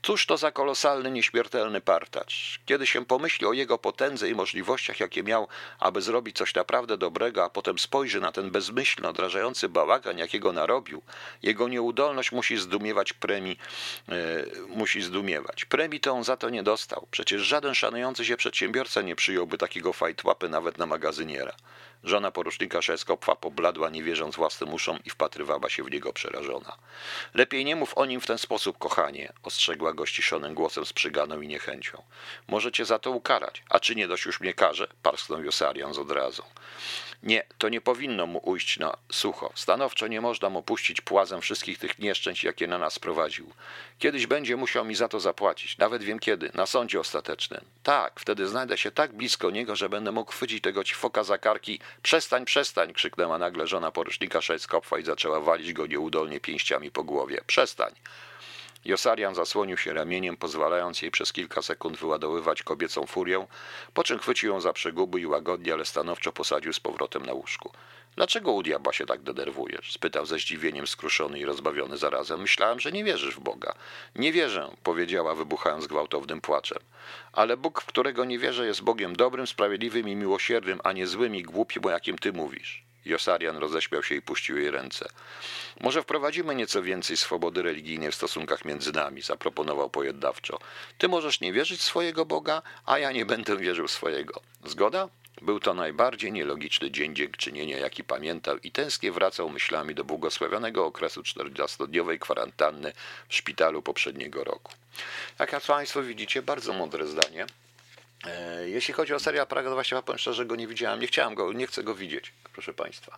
S1: Cóż to za kolosalny, nieśmiertelny partacz. Kiedy się pomyśli o jego potędze i możliwościach, jakie miał, aby zrobić coś naprawdę dobrego, a potem spojrzy na ten bezmyślny, odrażający bałagan, jakiego narobił, jego nieudolność musi zdumiewać premii, yy, musi zdumiewać. Premii to on za to nie dostał. Przecież żaden szanujący się przedsiębiorca nie przyjąłby takiego fajtłapy nawet na magazyniera. Żona porucznika Szeskopfa pobladła, nie wierząc własnym uszom, i wpatrywała się w niego przerażona. Lepiej nie mów o nim w ten sposób, kochanie, ostrzegła go ściszonym głosem z przyganą i niechęcią. Może cię za to ukarać, a czy nie dość już mnie karze? Parsknął Josarian z odrazą. Nie, to nie powinno mu ujść na sucho. Stanowczo nie można mu puścić płazem wszystkich tych nieszczęść, jakie na nas sprowadził. Kiedyś będzie musiał mi za to zapłacić, nawet wiem kiedy, na sądzie ostatecznym. Tak, wtedy znajdę się tak blisko niego, że będę mógł chwycić tego ćwoka za karki. Przestań, przestań, krzyknęła nagle żona porucznika Szeskopfa i zaczęła walić go nieudolnie pięściami po głowie. Przestań. Josarian zasłonił się ramieniem, pozwalając jej przez kilka sekund wyładowywać kobiecą furię, po czym chwycił ją za przeguby i łagodnie, ale stanowczo posadził z powrotem na łóżku. Dlaczego u diabła się tak denerwujesz? Spytał ze zdziwieniem, skruszony i rozbawiony zarazem. Myślałem, że nie wierzysz w Boga. Nie wierzę, powiedziała, wybuchając gwałtownym płaczem. Ale Bóg, w którego nie wierzę, jest Bogiem dobrym, sprawiedliwym i miłosiernym, a nie złym i głupim, o jakim ty mówisz. Josarian roześmiał się i puścił jej ręce. Może wprowadzimy nieco więcej swobody religijnej w stosunkach między nami, zaproponował pojednawczo. Ty możesz nie wierzyć w swojego Boga, a ja nie będę wierzył w swojego. Zgoda? Był to najbardziej nielogiczny dzień dziękczynienia, jaki pamiętał, i tęsknie wracał myślami do błogosławionego okresu czternastodniowej kwarantanny w szpitalu poprzedniego roku. Jak Państwo widzicie, bardzo mądre zdanie. Jeśli chodzi o serial Praga, to właściwie powiem szczerze, że go nie widziałem. Nie chciałem go, nie chcę go widzieć, proszę Państwa.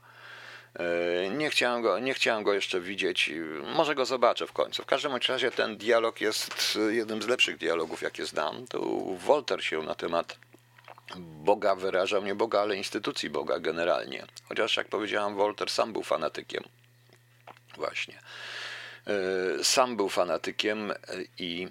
S1: Nie chciałem go, nie chciałem go jeszcze widzieć. Może go zobaczę w końcu. W każdym razie ten dialog jest jednym z lepszych dialogów, jakie znam. Tu Wolter się na temat Boga wyrażał, nie Boga, ale instytucji Boga generalnie. Chociaż, jak powiedziałem, Wolter sam był fanatykiem. Właśnie. Sam był fanatykiem i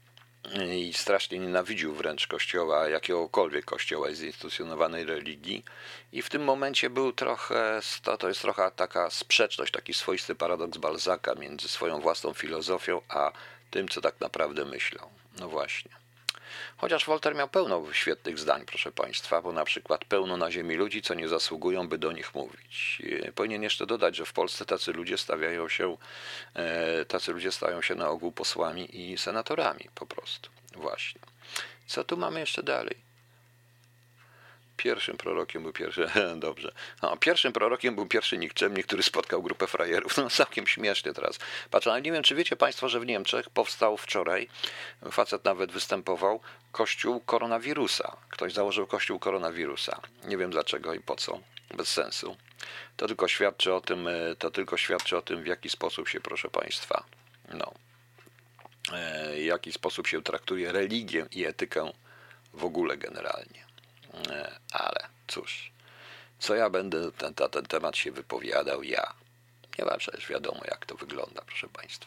S1: i strasznie nienawidził wręcz Kościoła, jakiegokolwiek Kościoła zinstytucjonowanej religii. I w tym momencie był trochę, to, to jest trochę taka sprzeczność, taki swoisty paradoks Balzaca między swoją własną filozofią, a tym, co tak naprawdę myślą. No właśnie. Chociaż Wolter miał pełno świetnych zdań, proszę Państwa, bo na przykład pełno na ziemi ludzi, co nie zasługują, by do nich mówić. Powinien jeszcze dodać, że w Polsce tacy ludzie stawiają się, tacy ludzie stają się na ogół posłami i senatorami po prostu. Właśnie. Co tu mamy jeszcze dalej? Pierwszym prorokiem był pierwszy, dobrze, no, pierwszym prorokiem był pierwszy nikczemny, który spotkał grupę frajerów. No całkiem śmiesznie teraz. Patrzę, ale nie wiem, czy wiecie Państwo, że w Niemczech powstał wczoraj, facet nawet występował, kościół koronawirusa. Ktoś założył kościół koronawirusa. Nie wiem dlaczego i po co, bez sensu. To tylko świadczy o tym, to tylko świadczy o tym, w jaki sposób się, proszę Państwa, no, w jaki sposób się traktuje religię i etykę w ogóle generalnie. Ale cóż, co ja będę ten, na ten temat się wypowiadał, ja. Nie ma przecież wiadomo, jak to wygląda, proszę Państwa.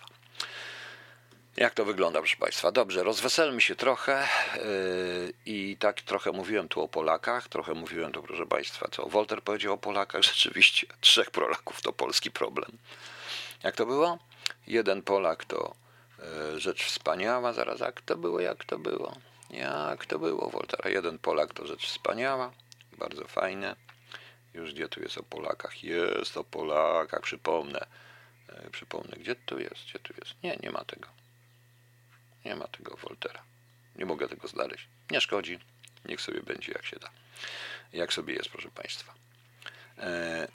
S1: Jak to wygląda, proszę Państwa? Dobrze, rozweselmy się trochę yy, i tak trochę mówiłem tu o Polakach, trochę mówiłem tu, proszę Państwa, co Wolter powiedział o Polakach. Rzeczywiście, trzech Polaków to polski problem. Jak to było? Jeden Polak to yy, rzecz wspaniała, zaraz jak to było, jak to było. Jak to było, Woltera? Jeden Polak to rzecz wspaniała, bardzo fajne. Już gdzie tu jest o Polakach? Jest o Polakach, przypomnę. E, przypomnę, gdzie tu jest? Gdzie tu jest? Nie, nie ma tego. Nie ma tego Woltera. Nie mogę tego znaleźć. Nie szkodzi. Niech sobie będzie jak się da. Jak sobie jest, proszę Państwa. E...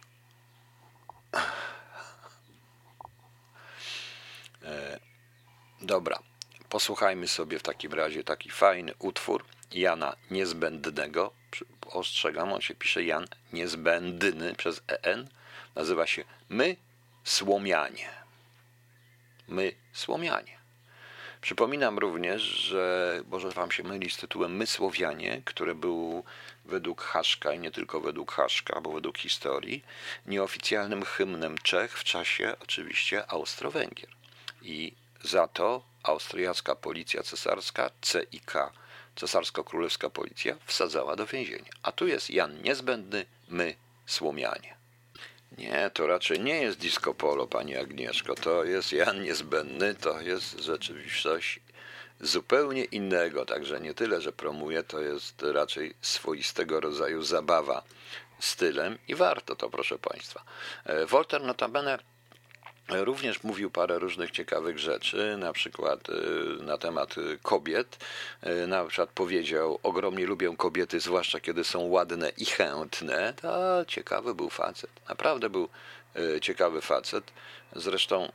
S1: E... Dobra. Posłuchajmy sobie w takim razie taki fajny utwór Jana Niezbędnego. Ostrzegam, on się pisze Jan Niezbędny przez E N. Nazywa się My Słomianie. My Słomianie. Przypominam również, że może wam się myli z tytułem My Słowianie, który był według Haszka i nie tylko według Haszka, bo według historii, nieoficjalnym hymnem Czech w czasie oczywiście Austro-Węgier. I za to austriacka policja cesarska, C I K, cesarsko-królewska policja, wsadzała do więzienia. A tu jest Jan Niezbędny, My Słomianie. Nie, to raczej nie jest disco polo, pani Agnieszko, to jest Jan Niezbędny, to jest rzeczywistość zupełnie innego, także nie tyle, że promuje, to jest raczej swoistego rodzaju zabawa stylem i warto to, proszę Państwa. Voltaire notabene również mówił parę różnych ciekawych rzeczy, na przykład na temat kobiet. Na przykład powiedział: ogromnie lubię kobiety, zwłaszcza kiedy są ładne i chętne. To ciekawy był facet, naprawdę był ciekawy facet. Zresztą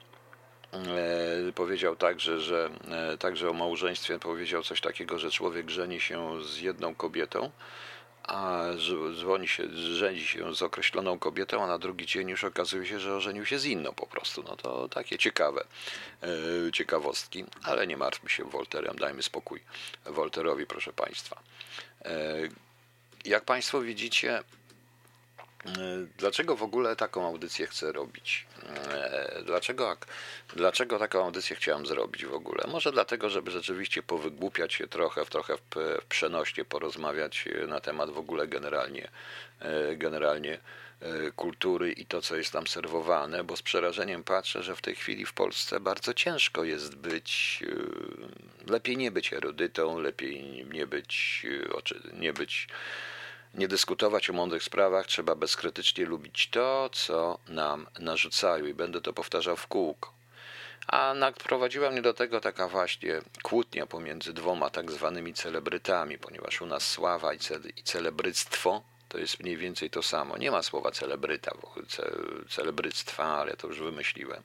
S1: powiedział także, że także o małżeństwie powiedział coś takiego, że człowiek żeni się z jedną kobietą, a żoni się, żeni się z określoną kobietą, a na drugi dzień już okazuje się, że ożenił się z inną po prostu. No to takie ciekawe e, ciekawostki, ale nie martwmy się Voltairem, dajmy spokój Voltaire'owi, proszę Państwa. E, jak Państwo widzicie, dlaczego w ogóle taką audycję chcę robić? Dlaczego, dlaczego taką audycję chciałem zrobić w ogóle? Może dlatego, żeby rzeczywiście powygłupiać się trochę, w trochę w przenośnie porozmawiać na temat w ogóle generalnie, generalnie kultury i to, co jest tam serwowane, bo z przerażeniem patrzę, że w tej chwili w Polsce bardzo ciężko jest być, lepiej nie być erudytą, lepiej nie być, nie być nie dyskutować o mądrych sprawach, trzeba bezkrytycznie lubić to, co nam narzucają i będę to powtarzał w kółko. A prowadziła mnie do tego taka właśnie kłótnia pomiędzy dwoma tak zwanymi celebrytami, ponieważ u nas sława i, ce- i celebryctwo to jest mniej więcej to samo. Nie ma słowa celebryta, ce- celebryctwa, ale to już wymyśliłem.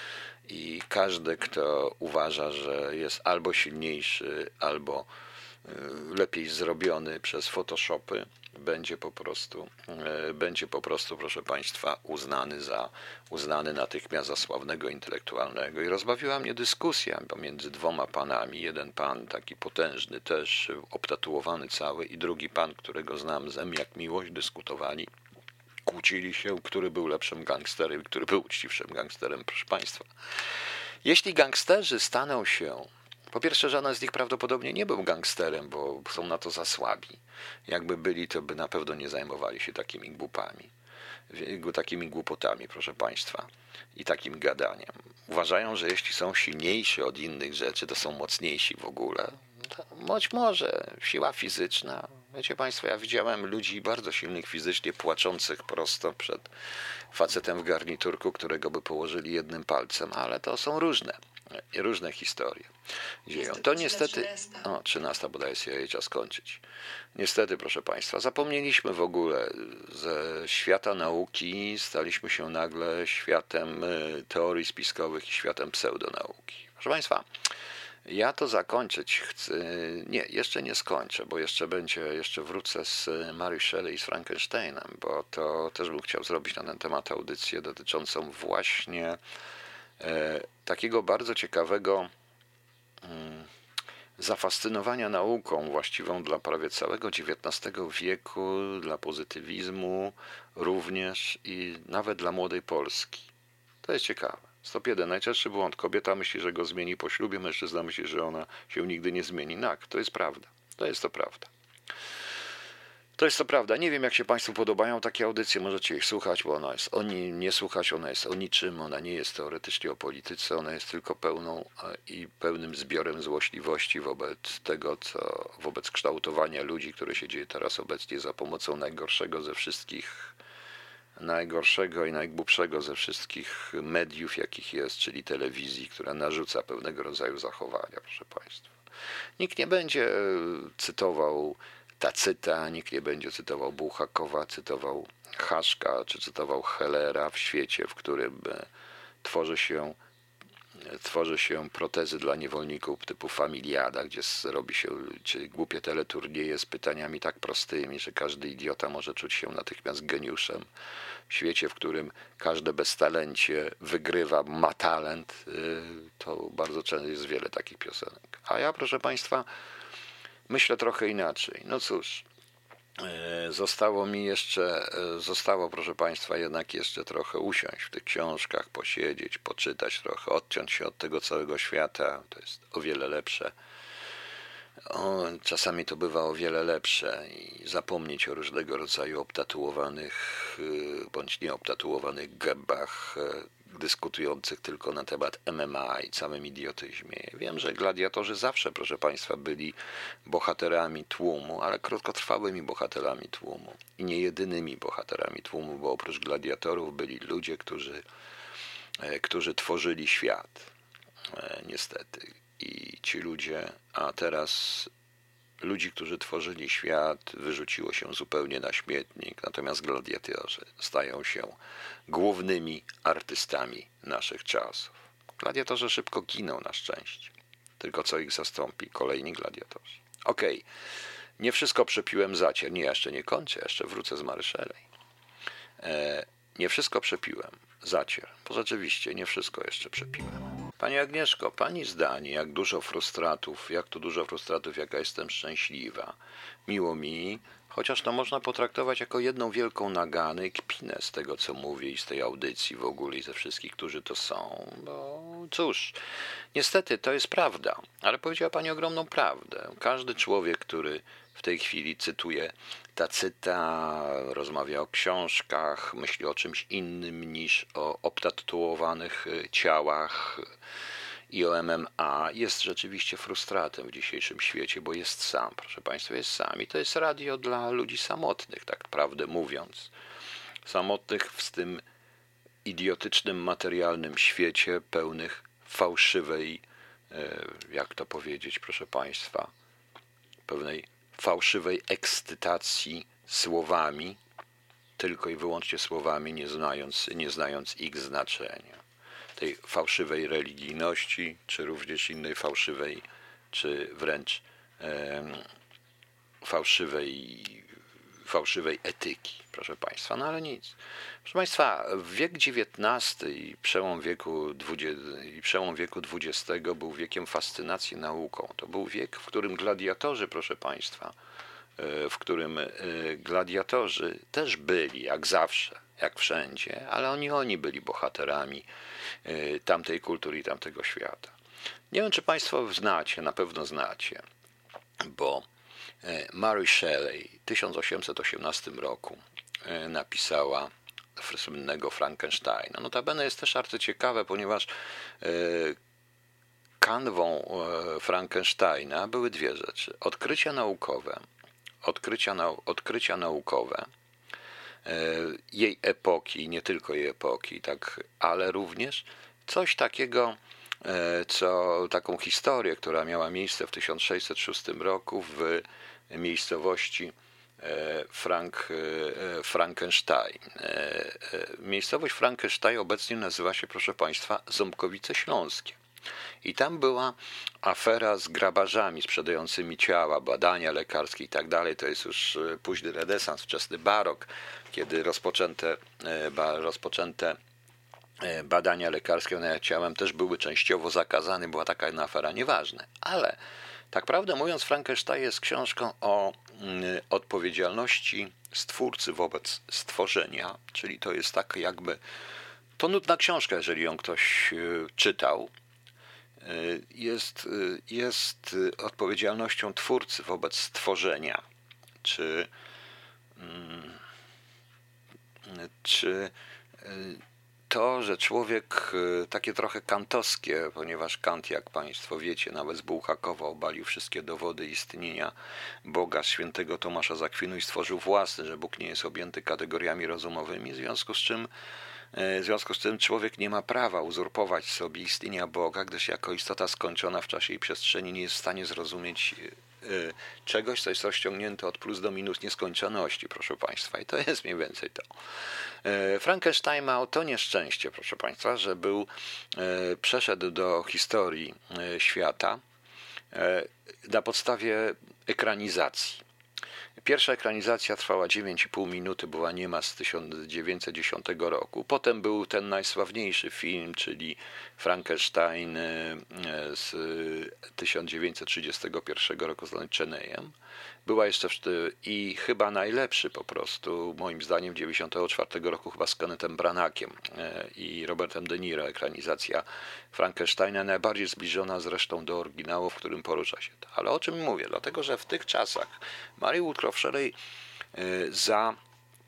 S1: I każdy, kto uważa, że jest albo silniejszy, albo lepiej zrobiony przez Photoshopy, będzie po prostu, będzie po prostu, proszę Państwa, uznany za, uznany natychmiast za sławnego intelektualnego. I rozbawiła mnie dyskusja pomiędzy dwoma panami. Jeden pan taki potężny, też obtatuowany cały, i drugi pan, którego znam z M jak miłość, dyskutowali. Kłócili się, który był lepszym gangsterem, który był uczciwszym gangsterem, proszę Państwa. Jeśli gangsterzy staną się, po pierwsze, żaden z nich prawdopodobnie nie był gangsterem, bo są na to za słabi. Jakby byli, to by na pewno nie zajmowali się takimi głupami, takimi głupotami, proszę Państwa, i takim gadaniem. Uważają, że jeśli są silniejsi od innych rzeczy, to są mocniejsi w ogóle. To być może siła fizyczna. Wiecie Państwo, ja widziałem ludzi bardzo silnych fizycznie, płaczących prosto przed facetem w garniturku, którego by położyli jednym palcem, ale to są różne. Różne historie dzieją. To niestety... O, trzynasta bodaj się jej czas kończyć. Niestety, proszę Państwa, zapomnieliśmy w ogóle ze świata nauki, staliśmy się nagle światem teorii spiskowych i światem pseudonauki. Proszę Państwa, ja to zakończyć chcę... Nie, jeszcze nie skończę, bo jeszcze będzie, jeszcze wrócę z Mary Shelley i z Frankensteinem, bo to też bym chciał zrobić na ten temat audycję dotyczącą właśnie takiego bardzo ciekawego zafascynowania nauką właściwą dla prawie całego dziewiętnastego wieku, dla pozytywizmu również i nawet dla młodej Polski. To jest ciekawe. Stop jeden. Najczęstszy błąd. Kobieta myśli, że go zmieni po ślubie, mężczyzna myśli, że ona się nigdy nie zmieni. Tak, to jest prawda. To jest to prawda. To jest to prawda. Nie wiem, jak się Państwu podobają takie audycje. Możecie ich słuchać, bo ona jest o ni- nie słuchać, ona jest o niczym, ona nie jest teoretycznie o polityce, ona jest tylko pełną i pełnym zbiorem złośliwości wobec tego, co wobec kształtowania ludzi, które się dzieje teraz obecnie za pomocą najgorszego ze wszystkich, najgorszego i najgłupszego ze wszystkich mediów, jakich jest, czyli telewizji, która narzuca pewnego rodzaju zachowania, proszę Państwa. Nikt nie będzie cytował Tacyta, nikt nie będzie cytował Bułhakowa, cytował Haszka, czy cytował Hellera w świecie, w którym tworzy się, tworzy się protezy dla niewolników typu Familiada, gdzie robi się czy głupie teleturnieje z pytaniami tak prostymi, że każdy idiota może czuć się natychmiast geniuszem. W świecie, w którym każde beztalencie wygrywa, ma talent, to bardzo często jest wiele takich piosenek. A ja, proszę Państwa, myślę trochę inaczej. No cóż, zostało mi jeszcze, zostało, proszę Państwa, jednak jeszcze trochę usiąść w tych książkach, posiedzieć, poczytać trochę, odciąć się od tego całego świata. To jest o wiele lepsze. O, czasami to bywa o wiele lepsze i zapomnieć o różnego rodzaju obtatuowanych bądź nieobtatuowanych gębach dyskutujących tylko na temat M M A i całym idiotyzmie. Wiem, że gladiatorzy zawsze, proszę Państwa, byli bohaterami tłumu, ale krótkotrwałymi bohaterami tłumu i nie jedynymi bohaterami tłumu, bo oprócz gladiatorów byli ludzie, którzy, którzy tworzyli świat. Niestety. I ci ludzie, a teraz ludzi, którzy tworzyli świat, wyrzuciło się zupełnie na śmietnik, natomiast gladiatorzy stają się głównymi artystami naszych czasów. Gladiatorzy szybko giną na szczęście. Tylko co ich zastąpi? Kolejni gladiatorzy. Okej, okay. Nie wszystko przepiłem zacier. Nie, jeszcze nie kończę, jeszcze wrócę z Maryszalej. E, nie wszystko przepiłem zacier, bo rzeczywiście nie wszystko jeszcze przepiłem. Pani Agnieszko, pani zdanie, jak dużo frustratów, jak tu dużo frustratów, jaka jestem szczęśliwa. Miło mi, chociaż to można potraktować jako jedną wielką naganę i kpinę z tego, co mówię i z tej audycji w ogóle i ze wszystkich, którzy to są, bo cóż, niestety to jest prawda, ale powiedziała pani ogromną prawdę. Każdy człowiek, który w tej chwili cytuje Tacyta, rozmawia o książkach, myśli o czymś innym niż o obtatuowanych ciałach i o M M A, jest rzeczywiście frustratem w dzisiejszym świecie, bo jest sam, proszę Państwa, jest sam. I to jest radio dla ludzi samotnych, tak prawdę mówiąc. Samotnych w tym idiotycznym, materialnym świecie, pełnych fałszywej, jak to powiedzieć, proszę Państwa, pewnej fałszywej ekscytacji słowami, tylko i wyłącznie słowami, nie znając, nie znając ich znaczenia. Tej fałszywej religijności, czy również innej fałszywej, czy wręcz e, fałszywej, fałszywej etyki, proszę Państwa. No ale nic. Proszę Państwa, wiek dziewiętnasty i przełom wieku dwudziestego, i przełom wieku dwudziestego był wiekiem fascynacji nauką. To był wiek, w którym gladiatorzy, proszę Państwa, w którym gladiatorzy też byli, jak zawsze, jak wszędzie, ale oni, oni byli bohaterami tamtej kultury i tamtego świata. Nie wiem, czy Państwo znacie, na pewno znacie, bo Mary Shelley w tysiąc osiemset osiemnastym roku napisała słynnego Frankensteina. Notabene jest też arcyciekawe, ponieważ kanwą Frankensteina były dwie rzeczy. Odkrycia naukowe, odkrycia, nau, odkrycia naukowe jej epoki, nie tylko jej epoki, tak, ale również coś takiego, co taką historię, która miała miejsce w tysiąc sześćset szóstym roku w miejscowości Frank, Frankenstein. Miejscowość Frankenstein obecnie nazywa się, proszę Państwa, Ząbkowice Śląskie. I tam była afera z grabarzami sprzedającymi ciała, badania lekarskie i tak dalej. To jest już późny renesans, wczesny barok, kiedy rozpoczęte, rozpoczęte badania lekarskie nad ciałem też były częściowo zakazane, była taka jedna afera, nieważne. Ale tak prawdę mówiąc, Frankenstein jest książką o odpowiedzialności stwórcy wobec stworzenia, czyli to jest tak jakby, to nudna książka, jeżeli ją ktoś czytał, jest, jest odpowiedzialnością twórcy wobec stworzenia, czy, czy to, że człowiek, takie trochę kantowskie, ponieważ Kant, jak Państwo wiecie, nawet z Bułhakowa obalił wszystkie dowody istnienia Boga, świętego Tomasza z Akwinu i stworzył własny, że Bóg nie jest objęty kategoriami rozumowymi, w związku z czym W związku z tym człowiek nie ma prawa uzurpować sobie istnienia Boga, gdyż jako istota skończona w czasie i przestrzeni nie jest w stanie zrozumieć czegoś, co jest rozciągnięte od plus do minus nieskończoności, proszę Państwa. I to jest mniej więcej to. Frankenstein miał to nieszczęście, proszę Państwa, że był, przeszedł do historii świata na podstawie ekranizacji. Pierwsza ekranizacja trwała dziewięć i pół minuty, była niema z tysiąc dziewięćset dziesiątego roku. Potem był ten najsławniejszy film, czyli Frankenstein z tysiąc dziewięćset trzydziestego pierwszego roku z Lon Chaneyem. Była jeszcze i chyba najlepszy po prostu, moim zdaniem, dziewięćdziesiątego czwartego roku chyba z Kennethem Branaghem i Robertem De Niro, ekranizacja Frankensteina, najbardziej zbliżona zresztą do oryginału, w którym porusza się to. Ale o czym mówię? Dlatego, że w tych czasach Mary Woodcroft Shelley za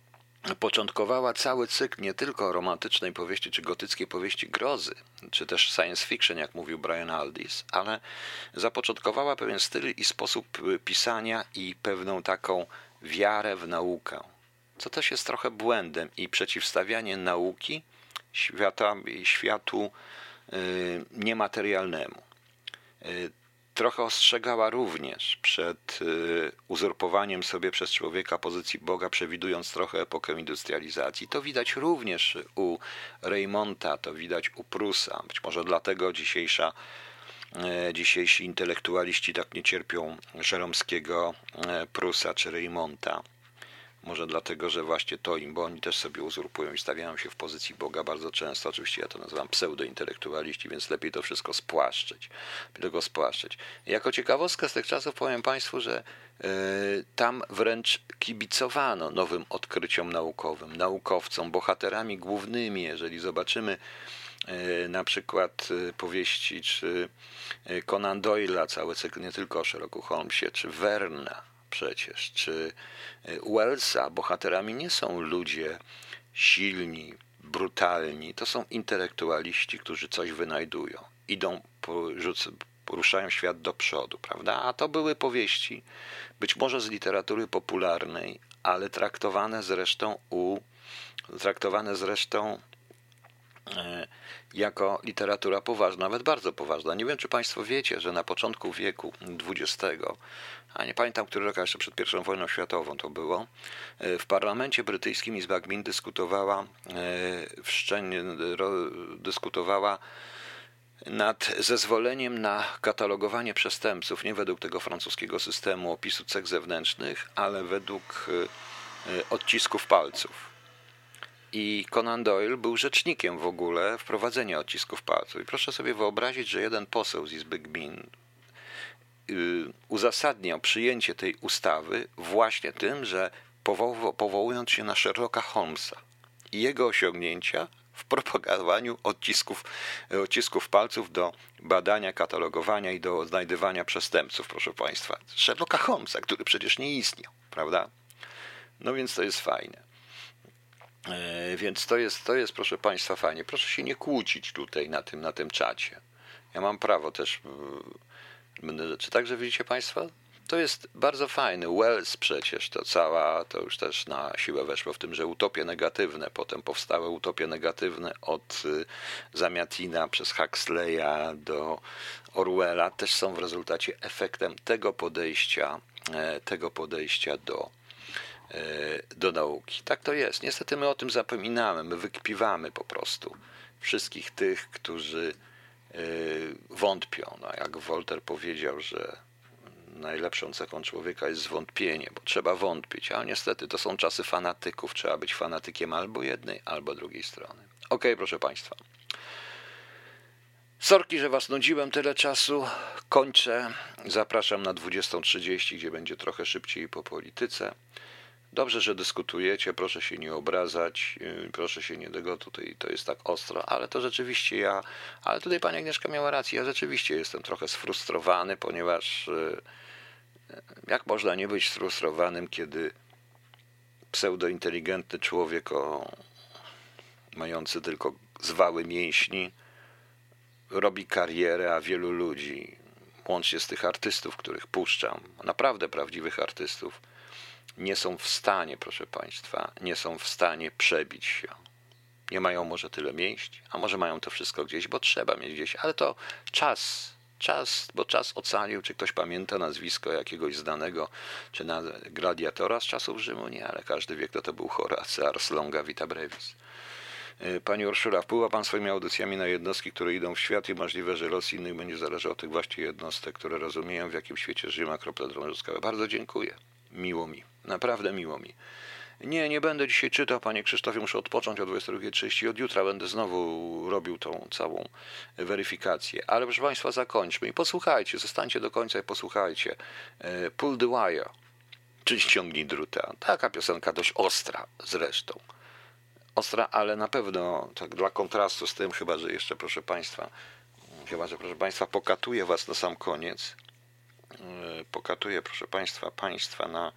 S1: początkowała cały cykl nie tylko romantycznej powieści, czy gotyckiej powieści grozy, czy też science fiction, jak mówił Brian Aldiss, ale zapoczątkowała pewien styl i sposób pisania i pewną taką wiarę w naukę, co też jest trochę błędem i przeciwstawianie nauki świata, światu y, niematerialnemu. Y, Trochę ostrzegała również przed y, uzurpowaniem sobie przez człowieka pozycji Boga, przewidując trochę epokę industrializacji. To widać również u Reymonta, to widać u Prusa. Być może dlatego dzisiejsza, y, dzisiejsi intelektualiści tak nie cierpią Żeromskiego, y, Prusa czy Reymonta. Może dlatego, że właśnie to im, bo oni też sobie uzurpują i stawiają się w pozycji Boga bardzo często. Oczywiście ja to nazywam pseudointelektualiści, więc lepiej to wszystko spłaszczyć. Tylko spłaszczyć. Jako ciekawostkę z tych czasów powiem Państwu, że yy, tam wręcz kibicowano nowym odkryciom naukowym, naukowcom, bohaterami głównymi. Jeżeli zobaczymy yy, na przykład yy, powieści czy yy, Conan Doyle'a, cały cykl nie tylko o Sherlocku Holmesie, czy Verna, przecież, czy Wellsa, bohaterami nie są ludzie silni, brutalni, to są intelektualiści, którzy coś wynajdują, idą, poruszają świat do przodu, prawda? A to były powieści, być może z literatury popularnej, ale traktowane zresztą u, traktowane zresztą jako literatura poważna, nawet bardzo poważna. Nie wiem, czy Państwo wiecie, że na początku wieku dwudziestego, a nie pamiętam, który rok, jeszcze przed pierwszą wojną światową to było, w parlamencie brytyjskim Izba Gmin dyskutowała, wszczęcie, dyskutowała nad zezwoleniem na katalogowanie przestępców, nie według tego francuskiego systemu opisu cech zewnętrznych, ale według odcisków palców. I Conan Doyle był rzecznikiem w ogóle wprowadzenia odcisków palców. I proszę sobie wyobrazić, że jeden poseł z Izby Gmin uzasadniał przyjęcie tej ustawy właśnie tym, że powołując się na Sherlocka Holmesa i jego osiągnięcia w propagowaniu odcisków, odcisków palców do badania, katalogowania i do znajdywania przestępców, proszę Państwa. Sherlocka Holmesa, który przecież nie istniał, prawda? No więc to jest fajne. Więc to jest, to jest, proszę Państwa, fajnie. Proszę się nie kłócić tutaj na tym, na tym czacie. Ja mam prawo też. Czy także widzicie Państwo? To jest bardzo fajny. Wells przecież to cała, to już też na siłę weszło w tym, że utopie negatywne, potem powstały utopie negatywne od Zamiatina przez Huxleya do Orwella, też są w rezultacie efektem tego podejścia, tego podejścia do do nauki. Tak to jest. Niestety my o tym zapominamy, my wykpiwamy po prostu wszystkich tych, którzy wątpią. No, jak Voltaire powiedział, że najlepszą cechą człowieka jest zwątpienie, bo trzeba wątpić, a niestety to są czasy fanatyków, trzeba być fanatykiem albo jednej, albo drugiej strony. Okej, proszę Państwa. Sorki, że Was nudziłem tyle czasu. Kończę. Zapraszam na dwudziestą trzydzieści, gdzie będzie trochę szybciej po polityce. Dobrze, że dyskutujecie, proszę się nie obrażać, proszę się nie tego, tutaj to jest tak ostro, ale to rzeczywiście ja, ale tutaj pani Agnieszka miała rację, ja rzeczywiście jestem trochę sfrustrowany, ponieważ jak można nie być sfrustrowanym, kiedy pseudointeligentny człowiek o, mający tylko zwały mięśni robi karierę, a wielu ludzi, łącznie z tych artystów, których puszczam, naprawdę prawdziwych artystów, nie są w stanie, proszę Państwa, nie są w stanie przebić się. Nie mają może tyle mięśni, a może mają to wszystko gdzieś, bo trzeba mieć gdzieś, ale to czas, czas, bo czas ocalił, czy ktoś pamięta nazwisko jakiegoś znanego, czy na gladiatora z czasów Rzymu? Nie, ale każdy wie, kto to był Horace, Ars longa vita brevis. Pani Urszula, wpływa Pan swoimi audycjami na jednostki, które idą w świat i możliwe, że los innych będzie zależał od tych właśnie jednostek, które rozumieją, w jakim świecie żyją, a kropla drążkowa. Bardzo dziękuję. Miło mi. Naprawdę miło mi. Nie, nie będę dzisiaj czytał, panie Krzysztofie, muszę odpocząć o dwudziestej drugiej trzydzieści. Od jutra będę znowu robił tą całą weryfikację. Ale proszę Państwa, zakończmy i posłuchajcie, zostańcie do końca i posłuchajcie. Pull the wire, czyli ściągnij druta. Taka piosenka dość ostra zresztą. Ostra, ale na pewno tak dla kontrastu z tym, chyba że jeszcze, proszę Państwa, chyba że, proszę Państwa, pokatuję Was na sam koniec. Pokatuję, proszę Państwa, Państwa na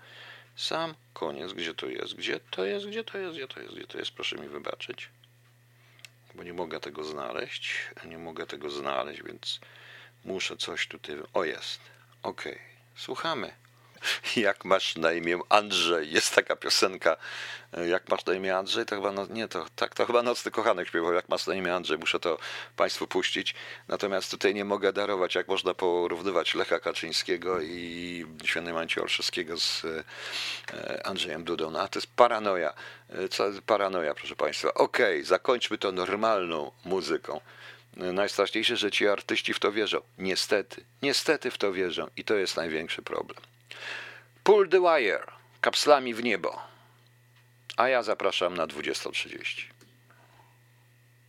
S1: Sam koniec. Gdzie to jest? Gdzie to jest? Gdzie to jest? Gdzie to jest? Gdzie to jest? Proszę mi wybaczyć. Bo nie mogę tego znaleźć. Nie mogę tego znaleźć, więc muszę coś tutaj... O, jest. Okej. Okay. Słuchamy. Jak masz na imię Andrzej? Jest taka piosenka. Jak masz na imię Andrzej? To chyba, no, nie, to, tak, to chyba Nocny Kochanek śpiewał. Jak masz na imię Andrzej? Muszę to Państwu puścić. Natomiast tutaj nie mogę darować, jak można porównywać Lecha Kaczyńskiego i Świętego Mańcia Olszewskiego z Andrzejem Dudą. No, a to jest paranoja. Co, paranoja, proszę Państwa. Okej, okay, zakończmy to normalną muzyką. Najstraszniejsze, że ci artyści w to wierzą. Niestety, niestety w to wierzą i to jest największy problem. Pull the wire, kapslami w niebo. A ja zapraszam na dwudziestą trzydzieści.